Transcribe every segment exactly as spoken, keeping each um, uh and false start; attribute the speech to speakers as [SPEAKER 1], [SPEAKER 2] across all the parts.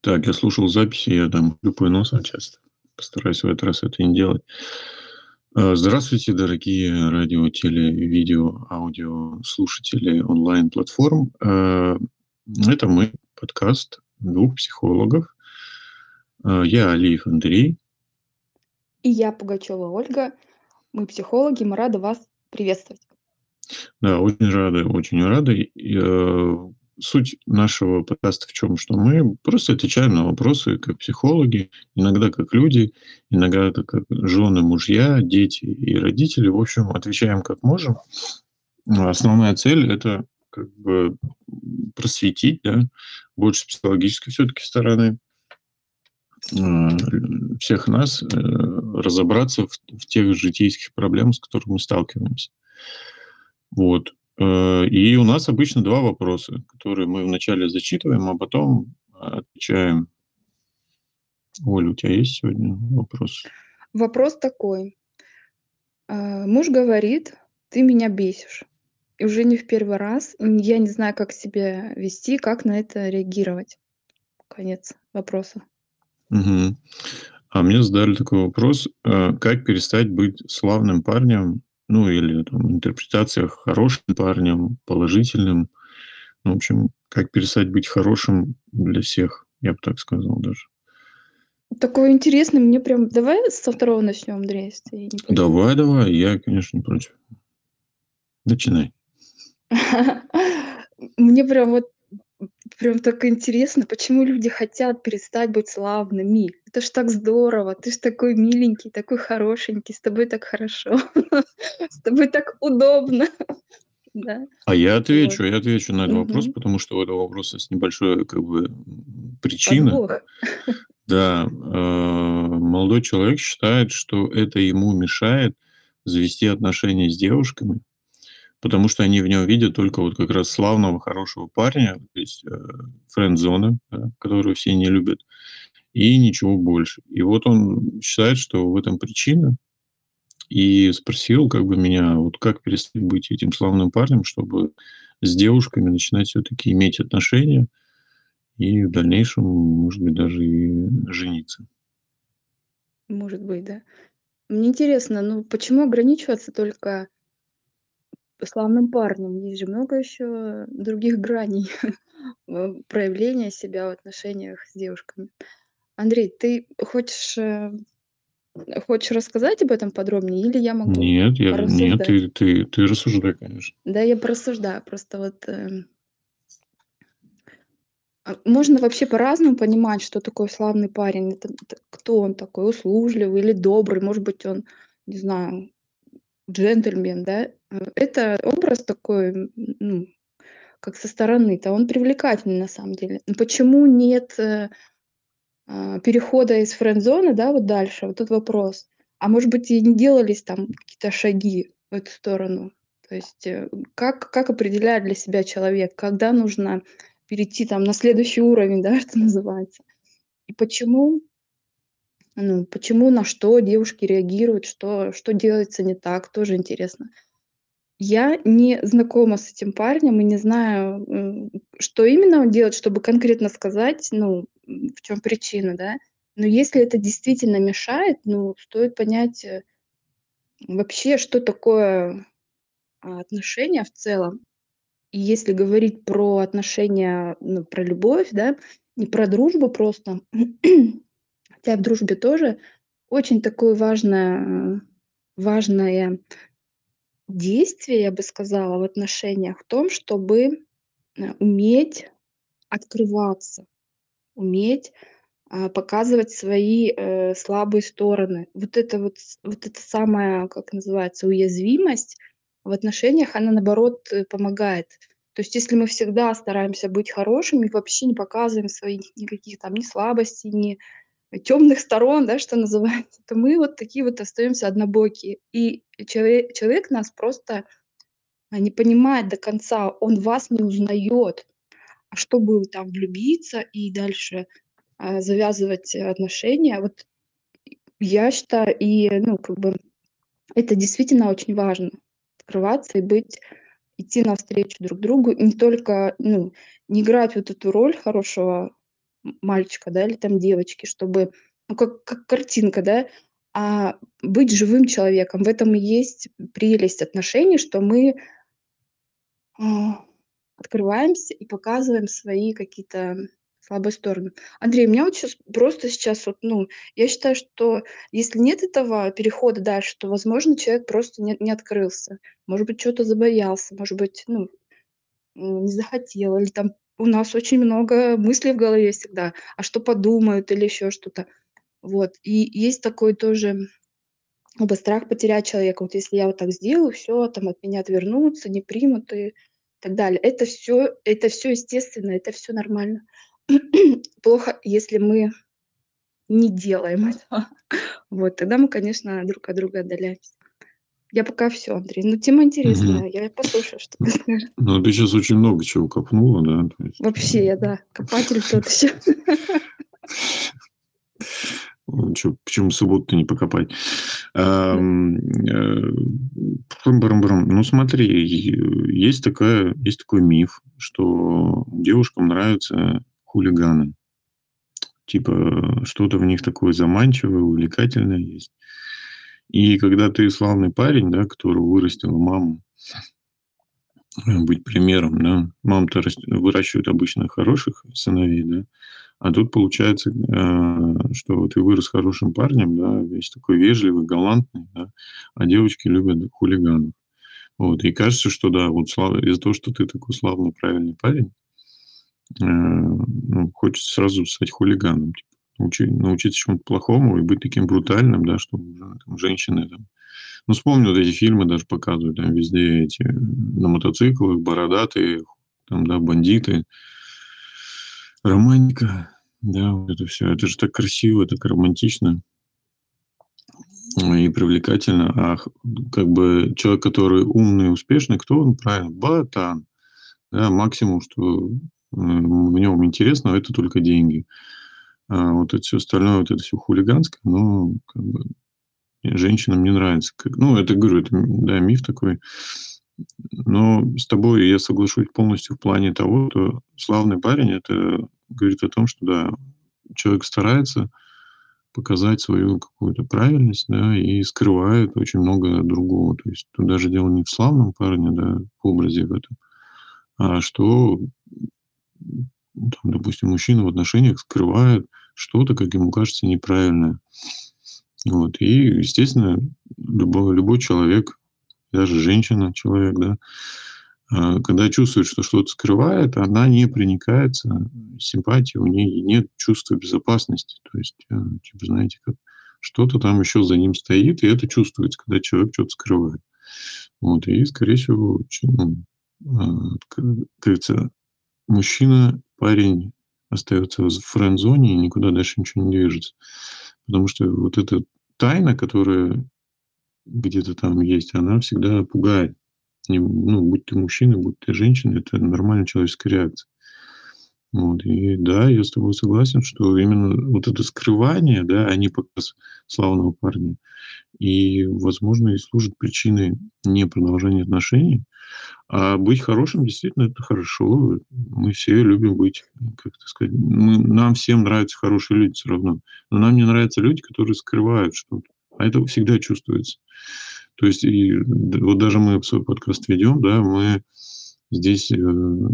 [SPEAKER 1] Так, я слушал записи, я там хлюпаю носом часто. Постараюсь в этот раз это не делать. А, Здравствуйте, дорогие радио, теле, видео, аудио слушатели онлайн-платформ. А, Это мы, подкаст двух психологов. А, Я Алиев Андрей.
[SPEAKER 2] И я, Пугачева Ольга. Мы психологи, мы рады вас приветствовать.
[SPEAKER 1] Да, очень рады, очень рады. И, э, Суть нашего подкаста в чем? Что мы просто отвечаем на вопросы как психологи, иногда как люди, иногда это как жены, мужья, дети и родители. В общем, отвечаем как можем. А Основная цель – это как бы просветить, да, больше с психологической все-таки стороны э, всех нас, э, разобраться в, в тех житейских проблемах, с которыми мы сталкиваемся. Вот. Э, И у нас обычно два вопроса, которые мы вначале зачитываем, а потом отвечаем. Оля, у тебя есть сегодня вопрос?
[SPEAKER 2] Вопрос такой. А, Муж говорит, ты меня бесишь. И уже не в первый раз. И я не знаю, как себя вести, как на это реагировать. Конец вопроса.
[SPEAKER 1] Мгм. А мне задали такой вопрос, э, как перестать быть славным парнем, ну или там, в интерпретациях хорошим парнем, положительным. Ну, в общем, как перестать быть хорошим для всех, я бы так сказал даже.
[SPEAKER 2] Такое интересное, мне прям... Давай со второго начнем, Андрей, если ты не против.
[SPEAKER 1] Давай, давай, я, конечно, не против. Начинай.
[SPEAKER 2] Мне прям вот прям так интересно, почему люди хотят перестать быть славными. Это ж так здорово, ты ж такой миленький, такой хорошенький, с тобой так хорошо, с тобой так удобно, да,
[SPEAKER 1] А я
[SPEAKER 2] вот.
[SPEAKER 1] отвечу, я отвечу на этот вопрос,
[SPEAKER 2] Мгм.
[SPEAKER 1] потому что у этого вопроса есть небольшая как бы м, причина.
[SPEAKER 2] Подвох.
[SPEAKER 1] Да, э, молодой человек считает, что это ему мешает завести отношения с девушками, потому что они в нем видят только вот как раз славного, хорошего парня, то есть э, френд-зона, да, которую все не любят, и ничего больше. И вот он считает, что в этом причина, и спросил как бы меня, вот как перестать быть этим славным парнем, чтобы с девушками начинать все-таки иметь отношения и в дальнейшем, может быть, даже и жениться.
[SPEAKER 2] Может быть, да. Мне интересно, ну почему ограничиваться только славным парнем? Есть же много еще других граней э, проявления себя в отношениях с девушками. Андрей, ты хочешь э, хочешь рассказать об этом подробнее или я могу
[SPEAKER 1] Нет, я нет,
[SPEAKER 2] порассуждать?
[SPEAKER 1] ты, ты, ты рассуждай, конечно.
[SPEAKER 2] Да, я порассуждаю. Просто вот, эм, а, можно вообще по-разному понимать, что такое славный парень. Это т кто он такой? Услужливый или добрый? Может быть, он, не знаю, джентльмен, да? Э, это образ такой, м, ну, как со стороны-то, он привлекательный на самом деле. Но почему нет, э, а, перехода из френд-зоны, да, вот дальше? Вот тут вопрос. А может быть, и не делались там какие-то шаги в эту сторону? То есть, э, как как определяет для себя человек, когда нужно перейти там на следующий уровень, да, что называется? И почему, ну, почему, на что девушки реагируют, что что делается не так, тоже интересно. Я не знакома с этим парнем и не знаю, м, что именно он делает, чтобы конкретно сказать, ну, м, в чем причина, да. Но если это действительно мешает, ну, стоит понять, э, вообще, что такое, а, отношения в целом. И если говорить про отношения, ну, про любовь, да, не про дружбу просто, хотя и в дружбе тоже очень такое важное, э, важное действие, я бы сказала, в отношениях в том, чтобы Э, уметь открываться, уметь, а, показывать свои, э, слабые стороны. Вот это вот с вот это самая, как называется, уязвимость в отношениях, она, наоборот, э, помогает. То есть если мы всегда стараемся быть хорошими, вообще не показываем своих никаких там ни слабостей, ни темных сторон, да, что называется, то мы вот такие вот остаемся однобокие. И челове человек нас просто, а, не понимает до конца, он вас не узнает. А чтобы там влюбиться и дальше, а, завязывать, э, отношения, вот я считаю, и, ну, как бы это действительно очень важно. Открываться и быть идти навстречу друг другу. И не только, ну, не играть вот эту роль хорошего, м мальчика, да, или там девочки, чтобы, ну, как как картинка, да, а быть живым человеком. В этом и есть прелесть отношений, что мы а, открываемся и показываем свои какие-то слабые стороны. Андрей, у меня вот щас просто сейчас вот, ну, я считаю, что если нет этого перехода дальше, то, возможно, человек просто не не открылся. Может быть, чё-то забоялся, может быть, ну, м, не захотел, или там у нас очень много мыслей в голове всегда: "А что подумают?" Или еще что-то. Вот. И есть такой тоже оба страх потерять человека. Вот если я вот так сделаю, всё, там от меня отвернутся, не примут и так далее. Это всё это всё естественно, это всё нормально. Плохо, если мы не делаем этого. Вот тогда мы, конечно, друг от друга отдаляемся. Я пока всё, Андрей. Ну, тема
[SPEAKER 1] Мгм.
[SPEAKER 2] интересная. Я послушаю, что ты скажешь.
[SPEAKER 1] Ну, ты щас очень много чего копнула, да, то есть,
[SPEAKER 2] Вообще я, да, копатель тот еще.
[SPEAKER 1] Ну, чё, почему субботу-то не покопать?
[SPEAKER 2] Да.
[SPEAKER 1] Ам, э, прым-брым-брым. Ну, смотри, е есть такая есть такой миф, что девушкам нравятся хулиганы. Типа, что-то в них такое заманчивое, увлекательное есть. И когда ты славный парень, да, которого вырастила мама э, быть примером, да. Мама-то раст выращивает обычно хороших сыновей, да. А тут получается, э, что ты вырос хорошим парнем, да, весь такой вежливый, галантный, да, а девочки любят хулиганов. Вот. И кажется, что да, вот слава из-за того, что ты такой славный, правильный парень, э, ну, хочется сразу стать хулиганом. Типа научи научиться чему-то плохому и быть таким брутальным, да, чтобы уже там женщины там ну, вспомни вот эти фильмы, даже показывают, там везде эти на мотоциклах бородатые, там, да, бандиты. Романтика, да, вот это всё. Это же так красиво, так романтично и привлекательно. А х как бы человек, который умный и успешный, кто он? Правильно, ботан. Да, максимум, что, м, в нём интересного- это только деньги. А вот это всё остальное, вот это всё хулиганское, оно как бы женщинам не нравится. Как ну, это, говорю, это, м, да, миф такой. Но с тобой я соглашусь полностью в плане того, что славный парень- это говорит о том, что, да, человек старается показать свою какую-то правильность, да, и скрывает очень много другого. То есть тут даже дело не в славном парне, да, в образе в этом, а что, м, там, допустим, мужчина в отношениях скрывает что-то, как ему кажется, неправильное. Вот. И, естественно, любой любой человек, даже женщина, человек, да, а, когда чувствует, что что-то скрывает, она не проникается симпатией, у ней нет чувства безопасности. То есть, э, типа, знаете, как что-то там еще за ним стоит, и это чувствуется, когда человек чё-то скрывает. Вот. И, скорее всего, очень, ну, а, как говорится, мужчина, парень остается в френд-зоне и никуда дальше ничего не движется. Потому что вот эта тайна, которая где-то там есть, она всегда пугает. Не ну, будь ты мужчиной, будь ты женщиной- это нормальная человеческая реакция. Вот. И да, я с тобой согласен, что именно вот это скрывание, да, а не показ славного парня, и, возможно, и служит причиной не продолжения отношений. А быть хорошим- действительно, это хорошо. Мы все любим быть, как это сказать, мы нам всем нравятся хорошие люди всё равно. Но нам не нравятся люди, которые скрывают что-то. А это всегда чувствуется. То есть и д вот даже мы свой подкаст ведем, да, мы здесь, э,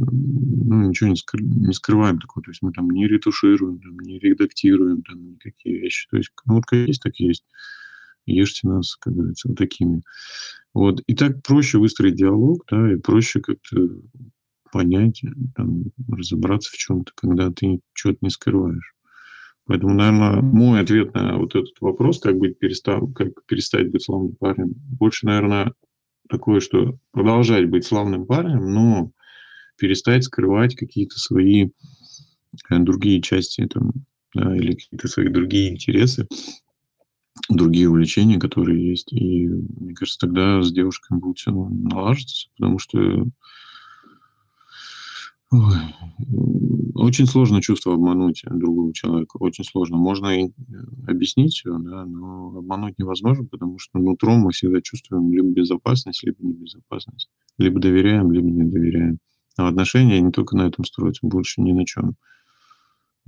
[SPEAKER 1] ну, ничего не скры не скрываем такого. То есть мы там не ретушируем, там не редактируем там никакие вещи. То есть, ну, вот как есть, так есть. Ешьте нас, как говорится, вот такими. Вот. И так проще выстроить диалог, да, и проще как-то понять, там, разобраться в чём-то, когда ты чё-то не скрываешь. Поэтому, наверно, мой ответ на вот этот вопрос, как быть перестав как перестать быть славным парнем, больше, наверно, такой, что продолжать быть славным парнем, но перестать скрывать какие-то свои, э, другие части там, да, или какие-то свои другие интересы, другие увлечения, которые есть. И мне кажется, тогда с девушками будет всё налаживаться, потому что ой, м, очень сложно чувство обмануть другого человека, очень сложно. Можно и, э, объяснить всё, да, но обмануть невозможно, потому что нутром мы всегда чувствуем либо безопасность, либо небезопасность. Либо доверяем, либо не доверяем. А отношения, они только на этом строятся, больше ни на чём.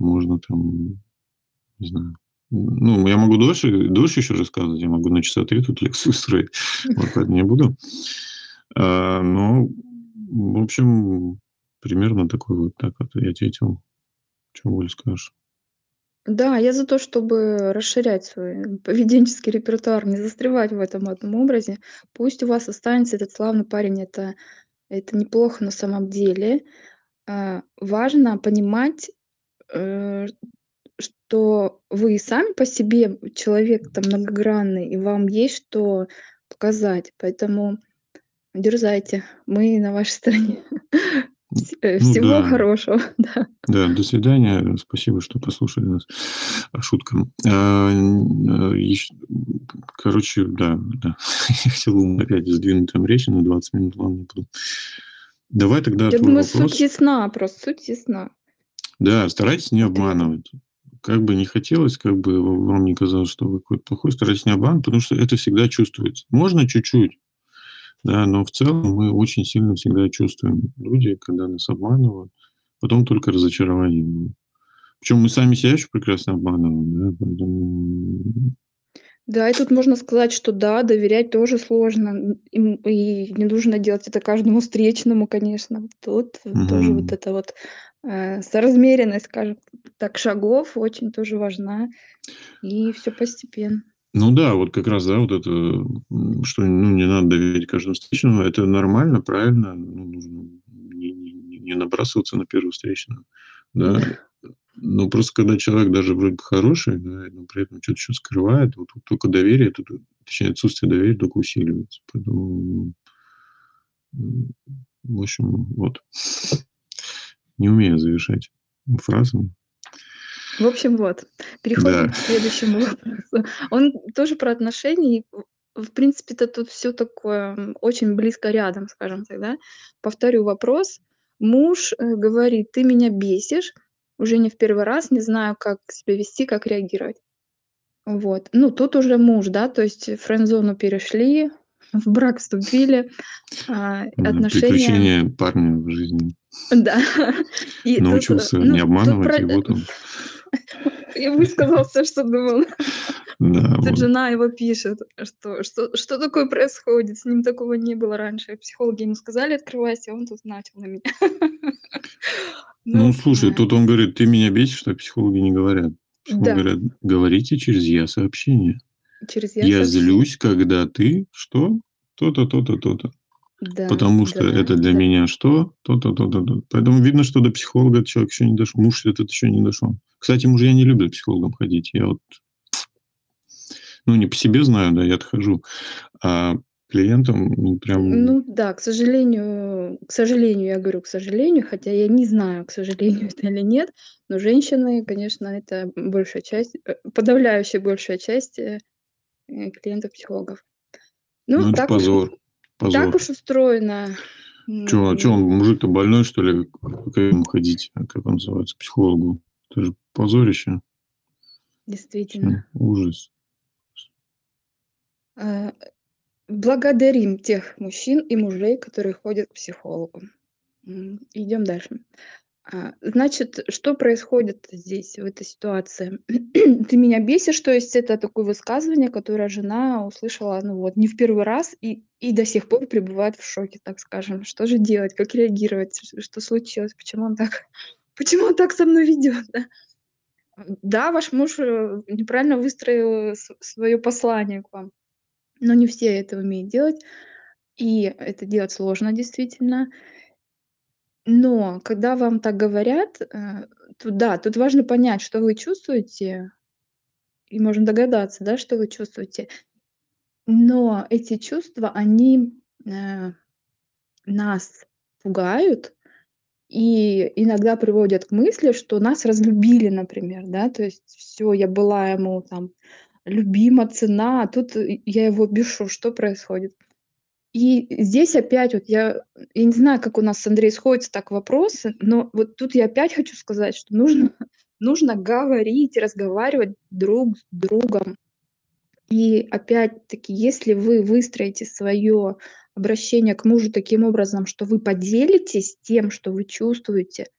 [SPEAKER 1] можно там, не знаю. Ну, я могу дольше дольше еще рассказывать, я могу на часа три тут лекцию устроить, вот поэтому не буду. А, но, в общем, примерно такой вот так вот я ответил. Чё более скажешь?
[SPEAKER 2] Да, я за то, чтобы расширять свой поведенческий репертуар, не застревать в этом одном образе. Пусть у вас останется этот славный парень, это это неплохо на самом деле. А, важно понимать, э, что вы сами по себе человек-то многогранный, и вам есть что показать. Поэтому дерзайте, мы на вашей стороне.
[SPEAKER 1] М,
[SPEAKER 2] Вс э,
[SPEAKER 1] ну
[SPEAKER 2] всего
[SPEAKER 1] да.
[SPEAKER 2] хорошего, да.
[SPEAKER 1] Да, до свидания. Спасибо, что послушали нас. А, шутка. А, н а, ещ короче, да, да. Я хотел опять сдвинуть там речь на двадцать минут, ладно, не буду. Давай тогда
[SPEAKER 2] Я
[SPEAKER 1] твой
[SPEAKER 2] думаю, суть
[SPEAKER 1] вопрос.
[SPEAKER 2] ясна, просто суть ясна.
[SPEAKER 1] Да, старайтесь не
[SPEAKER 2] Это
[SPEAKER 1] обманывать. Как бы не хотелось, как бы в вам не казалось, что вы какой-то плохой, старайтесь не обманывать, потому что это всегда чувствуется. Можно чуть-чуть, да, но в целом мы очень сильно всегда чувствуем люди, когда нас обманывают, потом только разочарование будет. Причем мы сами себя еще прекрасно обманываем, да, поэтому.
[SPEAKER 2] Да, и тут можно сказать, что да, доверять тоже сложно, м, им и не нужно делать это каждому встречному, конечно. Тут тоже вот
[SPEAKER 1] Мгм.
[SPEAKER 2] эта вот, э, соразмеренность, скажем так, шагов очень тоже важна, и все постепенно.
[SPEAKER 1] Ну да, вот как раз, да, вот это, м, что, ну, не надо доверять каждому встречному. Это нормально, правильно. Ну, нужно не не не не набрасываться на первого встречного, да.
[SPEAKER 2] Да.
[SPEAKER 1] Но просто когда человек даже вроде бы хороший, да, но при этом что то еще скрывает, вот тут только доверие, тут, э, точнее, отсутствие доверия только усиливается. Поэтому, м, в общем, вот. Не умею завершать фразы.
[SPEAKER 2] В общем, вот, переходим
[SPEAKER 1] Да.
[SPEAKER 2] к следующему вопросу. Он тоже про отношения. И, в в принципе-то тут все такое, м, очень близко рядом, скажем так, да. Повторю вопрос. Муж, э, говорит: "Ты меня бесишь". Уже не в первый раз, не знаю, как себя вести, как реагировать. Вот. Ну, тут уже муж, да, то есть френд-зону перешли, в брак вступили, а,
[SPEAKER 1] Да,
[SPEAKER 2] отношения.
[SPEAKER 1] приключения парня в жизни.
[SPEAKER 2] Да. И тут, э,
[SPEAKER 1] Научился не
[SPEAKER 2] ну, тут про
[SPEAKER 1] обманывать, и
[SPEAKER 2] э,
[SPEAKER 1] вот он.
[SPEAKER 2] я высказал всё, что думала.
[SPEAKER 1] Да,
[SPEAKER 2] Тут
[SPEAKER 1] вот.
[SPEAKER 2] жена его пишет, что что что такое происходит, с ним такого не было раньше. Психологи ему сказали: "Открывайся", а он тут начал на меня.
[SPEAKER 1] Ну,
[SPEAKER 2] Ну,
[SPEAKER 1] слушай,
[SPEAKER 2] э,
[SPEAKER 1] тут он говорит: "Ты меня бесишь", так психологи не говорят. Психологи
[SPEAKER 2] да,
[SPEAKER 1] говорят: "Говорите через я-сообщение.
[SPEAKER 2] через "я"
[SPEAKER 1] Я
[SPEAKER 2] сообщение.
[SPEAKER 1] злюсь, когда ты что? То-то, то-то, то-то.
[SPEAKER 2] Да,
[SPEAKER 1] Потому что
[SPEAKER 2] да,
[SPEAKER 1] это для
[SPEAKER 2] да.
[SPEAKER 1] меня что? То-то, то-то, то". Поэтому видно, что до психолога этот человек еще не дошел. Муж этот еще не дошел. Кстати, мужья не любят к психологам ходить. Я вот, ну, не по себе знаю, да, я-то хожу, а клиентам, ну, прям.
[SPEAKER 2] Ну да, к сожалению к сожалению, я говорю, к сожалению, хотя я не знаю, к сожалению это или нет, но женщины, конечно, это большая часть, э, подавляющая большая часть, э, э, клиентов-психологов. Ну,
[SPEAKER 1] Ну, это
[SPEAKER 2] так уж
[SPEAKER 1] позор.
[SPEAKER 2] так
[SPEAKER 1] Позор.
[SPEAKER 2] уж устроено.
[SPEAKER 1] Чё, а чё он,
[SPEAKER 2] М,
[SPEAKER 1] мужик-то больной, что ли? Как ему ходить, а, как он называется, к психологу? Это же позорище. Всё,
[SPEAKER 2] действительно.
[SPEAKER 1] ужас.
[SPEAKER 2] Э, благодарим тех мужчин и мужей, которые ходят к психологу. М, идем дальше. А, значит, что происходит здесь, в этой ситуации? "Ты меня бесишь", то есть это такое высказывание, которое жена услышала, ну вот, не в первый раз и и до сих пор пребывает в шоке, так скажем. Что же делать, как реагировать, ш что случилось, почему он так почему он так со мной ведет, да? М, да, ваш муж, э, неправильно выстроил свое послание к вам, но не все это умеют делать, и это делать сложно действительно. Но когда вам так говорят, э, тут да, тут важно понять, что вы чувствуете, и можно догадаться, да, что вы чувствуете. Но эти чувства, они, э, нас пугают и иногда приводят к мысли, что нас разлюбили, например, да. То есть все, я была ему там любима, цена, а тут, э, я его бешу. Что происходит? И здесь опять вот я я не знаю, как у нас с Андреем сходятся так вопросы, но вот тут я опять хочу сказать, что нужно нужно говорить, разговаривать друг с другом. И опять-таки, если вы выстроите свое обращение к мужу таким образом, что вы поделитесь тем, что вы чувствуете,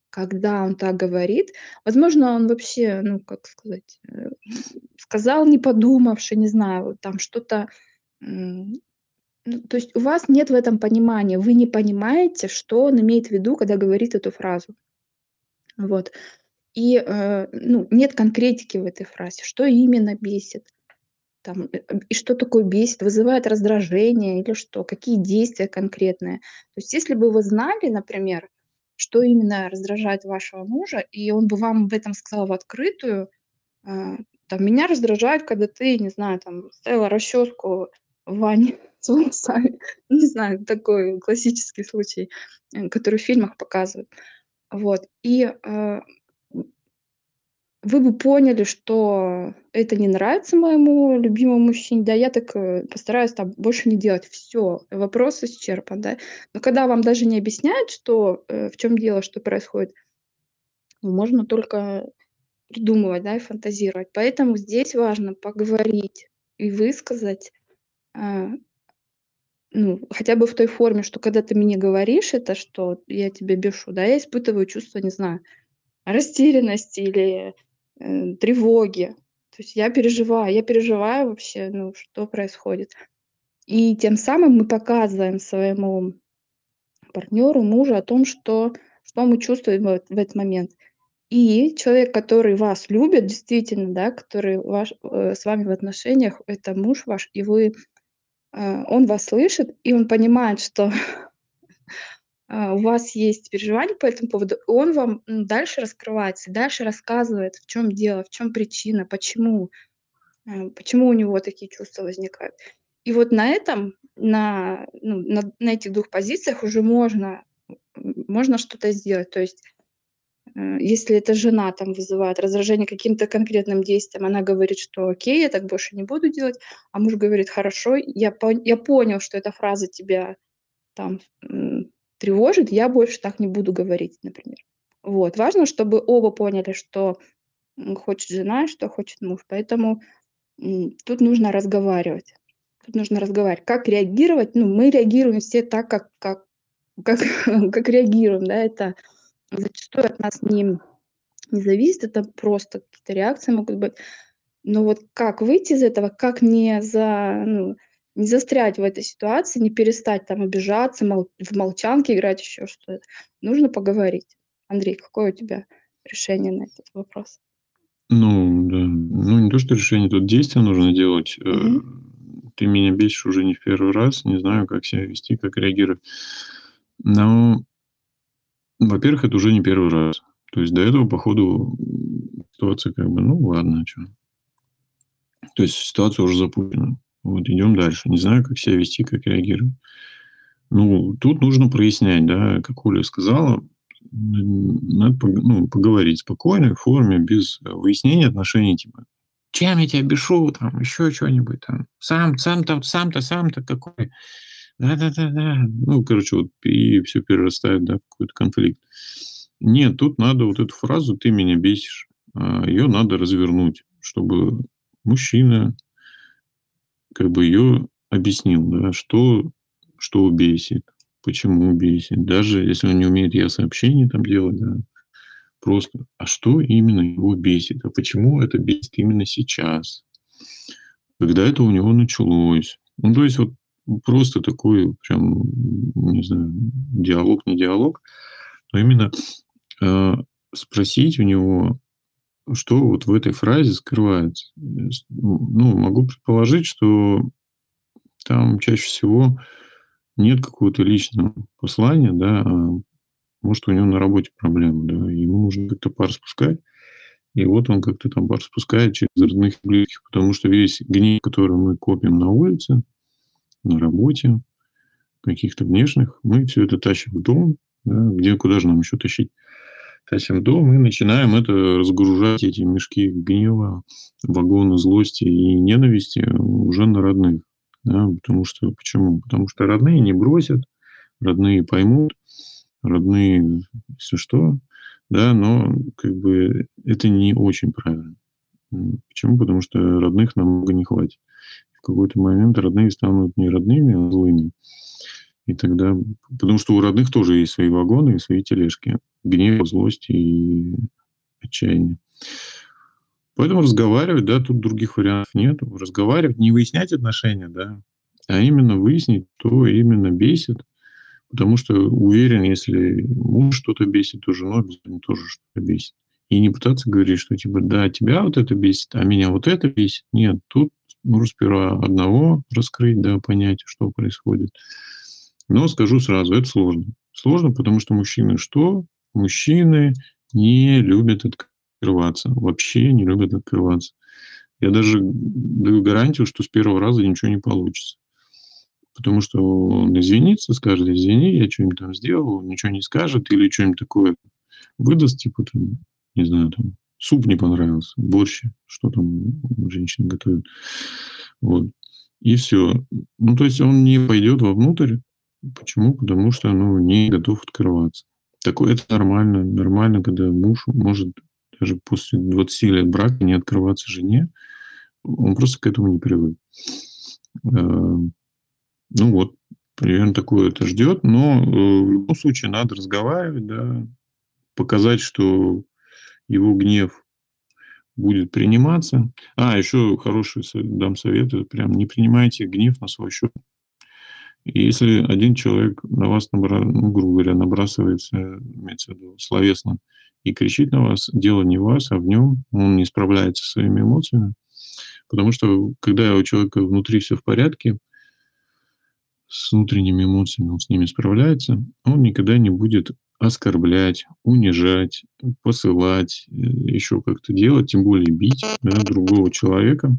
[SPEAKER 2] когда он так говорит. Возможно, он вообще, ну, как сказать, э, сказал, не подумавши, не знаю, вот там что-то, м, ну, то есть у вас нет в этом понимания, вы не понимаете, что он имеет в виду, когда говорит эту фразу. Вот. И, э, ну, нет конкретики в этой фразе, что именно бесит, там, э, э, и что такое бесит, вызывает раздражение или что, какие действия конкретные. То есть если бы вы знали, например, что именно раздражает вашего мужа, и он бы вам об этом сказал в открытую, а, там: "Меня раздражает, когда ты, не знаю, там, ставила расческу в ванне с волосами". Не знаю, такой классический случай, э, который в фильмах показывают. Вот. И, а, м вы бы поняли, что это не нравится моему любимому мужчине, да, я так, э, постараюсь там больше не делать. Всё, вопрос исчерпан, да. Но когда вам даже не объясняют, что, э, в чём дело, что происходит можно только придумывать, да, и фантазировать. Поэтому здесь важно поговорить и высказать, а ну, хотя бы в той форме, что когда ты мне говоришь это, что я тебя бешу, да, я испытываю чувство, не знаю, растерянности или, э, тревоги. То есть я переживаю, я переживаю вообще, ну, что происходит. И тем самым мы показываем своему партнёру, мужу о том, что что мы чувствуем в в этот момент. И человек, который вас любит действительно, да, который ваш э, с вами в отношениях, это муж ваш, и вы э, он вас слышит, и он понимает, что, а, у вас есть переживания по этому поводу, и он вам, м, дальше раскрывается, дальше рассказывает, в чём дело, в чём причина, почему, э, почему у него такие чувства возникают. И вот на этом, на, ну, на на этих двух позициях уже можно, м, можно что-то сделать. То есть, э, если эта жена там вызывает раздражение каким-то конкретным действием, она говорит, что: "Окей, я так больше не буду делать". А муж говорит: "Хорошо, я пон я понял, что эта фраза тебя там, м, тревожит, я больше так не буду говорить", например. Вот. Важно, чтобы оба поняли, что, м, хочет жена и что хочет муж. Поэтому, м, тут нужно разговаривать. Тут нужно разговаривать. Как реагировать? Ну, мы реагируем все так, как как как как реагируем, да. Это зачастую от нас не не зависит, это просто какие-то реакции могут быть. Но вот как выйти из этого, как не за ну, не застрять в этой ситуации, не перестать там обижаться, мол в молчанке играть, еще что-то. Нужно поговорить. Андрей, какое у тебя решение на этот вопрос?
[SPEAKER 1] Ну да. Ну, не то что решение, тут действия нужно делать. Э,
[SPEAKER 2] Мгм.
[SPEAKER 1] ты меня бесишь уже не в первый раз, не знаю, как себя вести, как реагировать. Но во-первых, это уже не первый раз. То есть до этого, по ходу, м, ситуация как бы, ну ладно, чё. То есть ситуация уже запущена. Вот идем дальше. Не знаю, как себя вести, как реагировать. Ну, тут нужно прояснять, да, как Оля сказала, н надо пог ну, поговорить в спокойной форме, без выяснения отношений, типа: "Чем я тебя бешу?" Там, еще чё-нибудь там. "Сам сам-то сам-то сам-то какой?" Да-да-да-да. Ну, короче, вот и всё перерастает, да, в какой-то конфликт. Нет, тут надо вот эту фразу "ты меня бесишь", а, ее надо развернуть, чтобы мужчина как бы ее объяснил, да, что что бесит, почему бесит. Даже если он не умеет я-сообщение там делать, да. Просто: а что именно его бесит? А почему это бесит именно сейчас? Когда это у него началось? Ну, то есть, вот просто такой прям, не знаю, диалог, не диалог, но именно, э, спросить у него, что вот в этой фразе скрывается. Э, с ну, могу предположить, что там чаще всего нет какого-то личного послания, да, а может, у него на работе проблемы, да, и ему нужно как-то пар спускать. И вот он как-то там пар спускает через родных и близких, потому что весь гнев, который мы копим на улице, на работе, каких-то внешних, мы всё это тащим в дом, да. Где, куда же нам еще тащить? Тащим в дом и начинаем это разгружать, эти мешки гнева, вагоны злости и ненависти уже на родных, да. Потому что почему? Потому что родные не бросят, родные поймут, родные, если что, да. Но как бы это не очень правильно. М, почему? Потому что родных намного не хватит. В какой-то момент родные станут не родными, а злыми. И тогда потому что у родных тоже есть свои вагоны и свои тележки. Гнев, злость и отчаяние. Поэтому разговаривать, да, тут других вариантов нету. Разговаривать, не выяснять отношения, да, а именно выяснить, что именно бесит. Потому что уверен, если муж что-то бесит, то жену обязательно тоже что-то бесит. И не пытаться говорить, что типа, да, тебя вот это бесит, а меня вот это бесит. Нет, тут нужно сперва одного раскрыть, да, понять, что происходит. Но скажу сразу, это сложно. Сложно, потому что мужчины что? Мужчины не любят открываться. Вообще не любят открываться. Я даже даю гарантию, что с первого раза ничего не получится. Потому что он извинится, скажет: "Извини, я чё-нибудь там сделал", ничего не скажет или чё-нибудь такое выдаст, типа там, не знаю, там суп не понравился, борщ, что там женщины готовят. Вот. И всё. Ну, то есть он не пойдет вовнутрь. Почему? Потому что, ну, не готов открываться. Такое это нормально. Нормально, когда муж может даже после двадцати лет брака не открываться жене. Он просто к этому не привык. А, ну вот, примерно такое это ждет. Но, э, в любом случае надо разговаривать, да, показать, что его гнев будет приниматься. А, еще хороший со дам совет. Это прям не принимайте гнев на свой счет. Если один человек на вас набра ну, грубо говоря, набрасывается, имеется в виду словесно, и кричит на вас, дело не в вас, а в нем. Он не справляется со своими эмоциями. Потому что, когда у человека внутри все в порядке с внутренними эмоциями, он с ними справляется, он никогда не будет оскорблять, унижать, посылать, э, еще как-то делать, тем более бить, да, другого человека.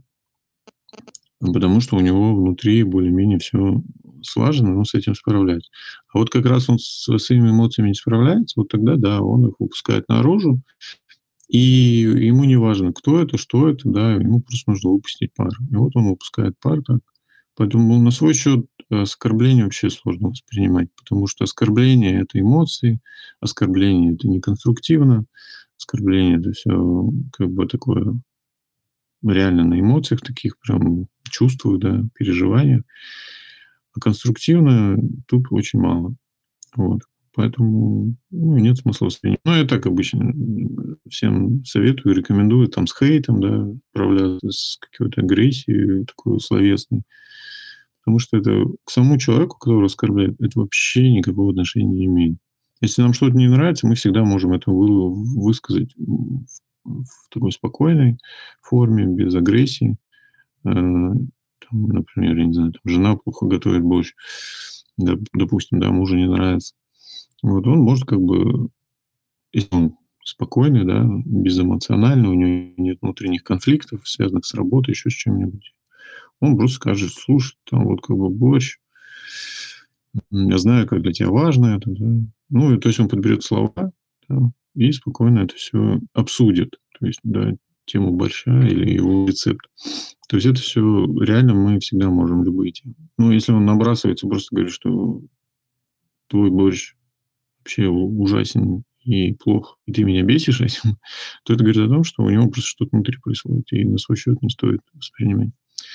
[SPEAKER 1] Потому что у него внутри более-менее все слажено, он с этим справляется. А вот как раз он со своими эмоциями не справляется, вот тогда да, он их выпускает наружу, и ему не важно, кто это, что это, да, ему просто нужно выпустить пар. И вот он выпускает пар так. Поэтому на свой счет оскорбление вообще сложно воспринимать, потому что оскорбление — это эмоции, оскорбление — это неконструктивно, оскорбление — это все как бы такое реально на эмоциях таких, прям чувствах, да, переживаниях. А конструктивно тут очень мало. Вот. Поэтому, ну, нет смысла воспринимать. Ну, я так обычно м, всем советую, рекомендую там с хейтом, да, справляться, с какой-то агрессией такой словесной. Потому что это к самому человеку, который оскорбляет, это вообще никакого отношения не имеет. Если нам что-то не нравится, мы всегда можем это вы- высказать в в такой спокойной форме, без агрессии. Э, там, например, я не знаю, там жена плохо готовит борщ, доп- допустим, да, мужу не нравится. Вот он может как бы, если он спокойный, да, безэмоциональный, у него нет внутренних конфликтов, связанных с работой, еще с чем-нибудь, он просто скажет: слушай, там вот как бы борщ, м, я знаю, как для тебя важно это, да. Ну, и то есть он подберет слова, да, и спокойно это все обсудит. То есть, да, тему борща или его рецепт. То есть это все реально мы всегда можем любые темы. Ну, если он набрасывается, просто говорит, что твой борщ вообще у- ужасен и плох, и ты меня бесишь этим, то это говорит о том, что у него просто что-то внутри происходит, и на свой счет не стоит воспринимать.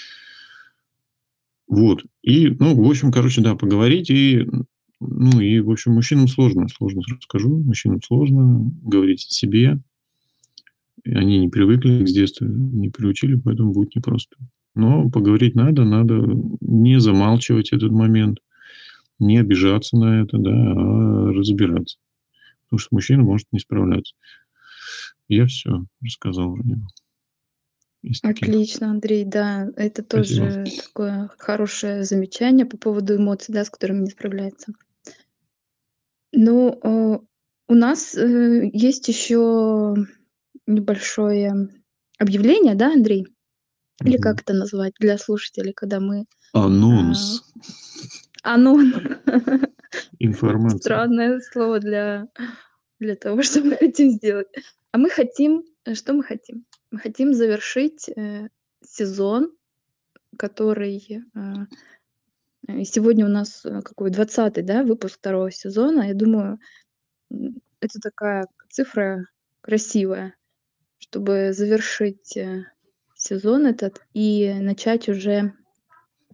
[SPEAKER 1] Вот. И, ну, в общем, короче, да, поговорить. И, ну, и, в общем, мужчинам сложно, сложно сразу скажу, мужчинам сложно говорить о себе. И они не привыкли, с детства не приучили, поэтому будет непросто. Но поговорить надо, надо не замалчивать этот момент, не обижаться на это, да, а разбираться. Потому что мужчина может не справляться. Я все рассказал вроде бы из таких.
[SPEAKER 2] Отлично, Андрей, да, это
[SPEAKER 1] Спасибо.
[SPEAKER 2] тоже такое хорошее замечание по поводу эмоций, да, с которыми не справляется. Ну, э, у нас, э, есть еще небольшое объявление, да, Андрей? Или
[SPEAKER 1] Мгм.
[SPEAKER 2] как это назвать для слушателей, когда мы,
[SPEAKER 1] Анонс.
[SPEAKER 2] а, анонс.
[SPEAKER 1] Информация.
[SPEAKER 2] Странное слово для для того, что мы хотим сделать. А мы хотим, э, что мы хотим? Мы хотим завершить, э, сезон, который, а, э, сегодня у нас, э, какой двадцатый, да, выпуск второго сезона. Я думаю, м, это такая цифра красивая, чтобы завершить, э, сезон этот и начать уже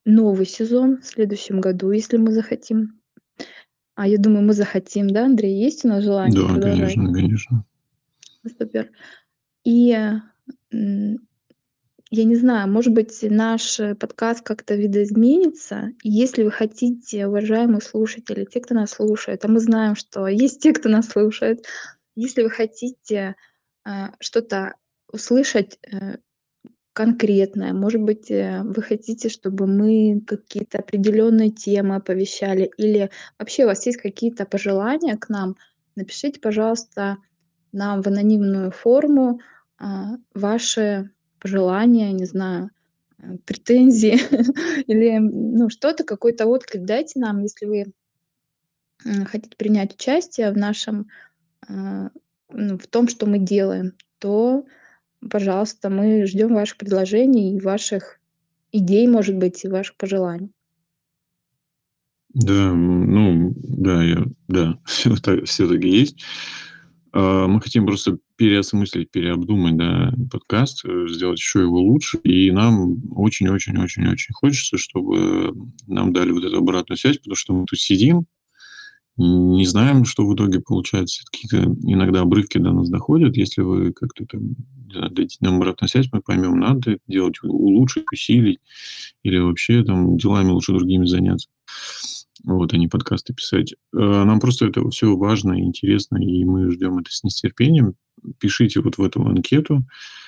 [SPEAKER 2] новый сезон в следующем году, если мы захотим. А я думаю, мы захотим, да, Андрей? Есть у нас желание
[SPEAKER 1] Да,
[SPEAKER 2] продолжать?
[SPEAKER 1] конечно, конечно.
[SPEAKER 2] Супер. И, м, я не знаю, может быть, наш э, подкаст как-то видоизменится. И если вы хотите, уважаемые слушатели, те, кто нас слушает, а мы знаем, что есть те, кто нас слушает, если вы хотите а, что-то услышать э, конкретное, может быть, э, вы хотите, чтобы мы какие-то определенные темы оповещали, или вообще у вас есть какие-то пожелания к нам, напишите, пожалуйста, нам в анонимную форму а, ваши пожелания, не знаю, э, претензии или ну, что-то, какой-то отклик дайте нам, если вы м, хотите принять участие в нашем, а, ну, в том, что мы делаем, то, пожалуйста, мы ждем ваших предложений и ваших идей, может быть, и ваших пожеланий.
[SPEAKER 1] Да, м, ну да, я да, всё так всё-таки есть. А, мы хотим просто переосмыслить, переобдумать, да, подкаст, э, сделать еще его лучше. И нам очень очень очень очень хочется, чтобы нам дали вот эту обратную связь, потому что мы тут сидим, не знаем, что в итоге получается. Какие-то иногда обрывки до нас доходят. Если вы как-то там, не знаю, дадите нам обратную связь, мы поймем, надо это делать, у улучшить, усилить или вообще там делами лучше другими заняться. Вот, а не подкасты писать. Э, нам просто это все важно и интересно, и мы ждем это с нетерпением. Пишите вот в эту анкету.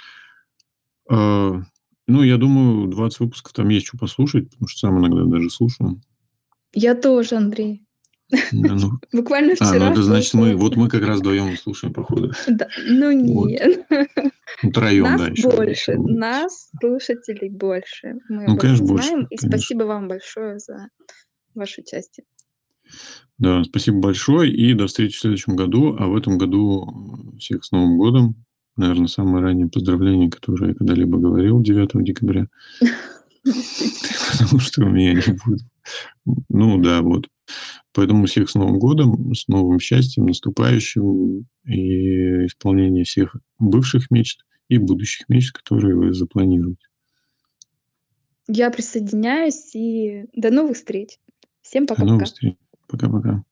[SPEAKER 1] А, ну, я думаю, двадцать выпусков там есть чё послушать, потому что сам иногда даже слушаю.
[SPEAKER 2] Я тоже, Андрей.
[SPEAKER 1] Да, ну
[SPEAKER 2] Буквально
[SPEAKER 1] а, ну
[SPEAKER 2] вчера
[SPEAKER 1] это значит, мы
[SPEAKER 2] слушала.
[SPEAKER 1] вот мы как раз вдвоем слушаем, походу.
[SPEAKER 2] Да, ну
[SPEAKER 1] Вот.
[SPEAKER 2] нет.
[SPEAKER 1] Втроем,
[SPEAKER 2] Нас
[SPEAKER 1] да, еще еще
[SPEAKER 2] больше,
[SPEAKER 1] будет.
[SPEAKER 2] нас, слушателей, больше. Мы
[SPEAKER 1] Ну,
[SPEAKER 2] об этом
[SPEAKER 1] конечно, больше,
[SPEAKER 2] знаем. И
[SPEAKER 1] конечно.
[SPEAKER 2] спасибо вам большое за ваше участие.
[SPEAKER 1] Да, спасибо большое и до встречи в следующем году. А в этом году, э, всех с Новым годом. Наверно, самое раннее поздравление, которое я когда-либо говорил девятого декабря.
[SPEAKER 2] Действительно.
[SPEAKER 1] Потому что у меня не будет. Ну да, вот. Поэтому всех с Новым годом, с новым счастьем наступающим и исполнения всех бывших мечт и будущих мечт, которые вы запланируете.
[SPEAKER 2] Я присоединяюсь и до новых встреч. Всем
[SPEAKER 1] До новых
[SPEAKER 2] пока-пока.
[SPEAKER 1] встреч. Пока-пока.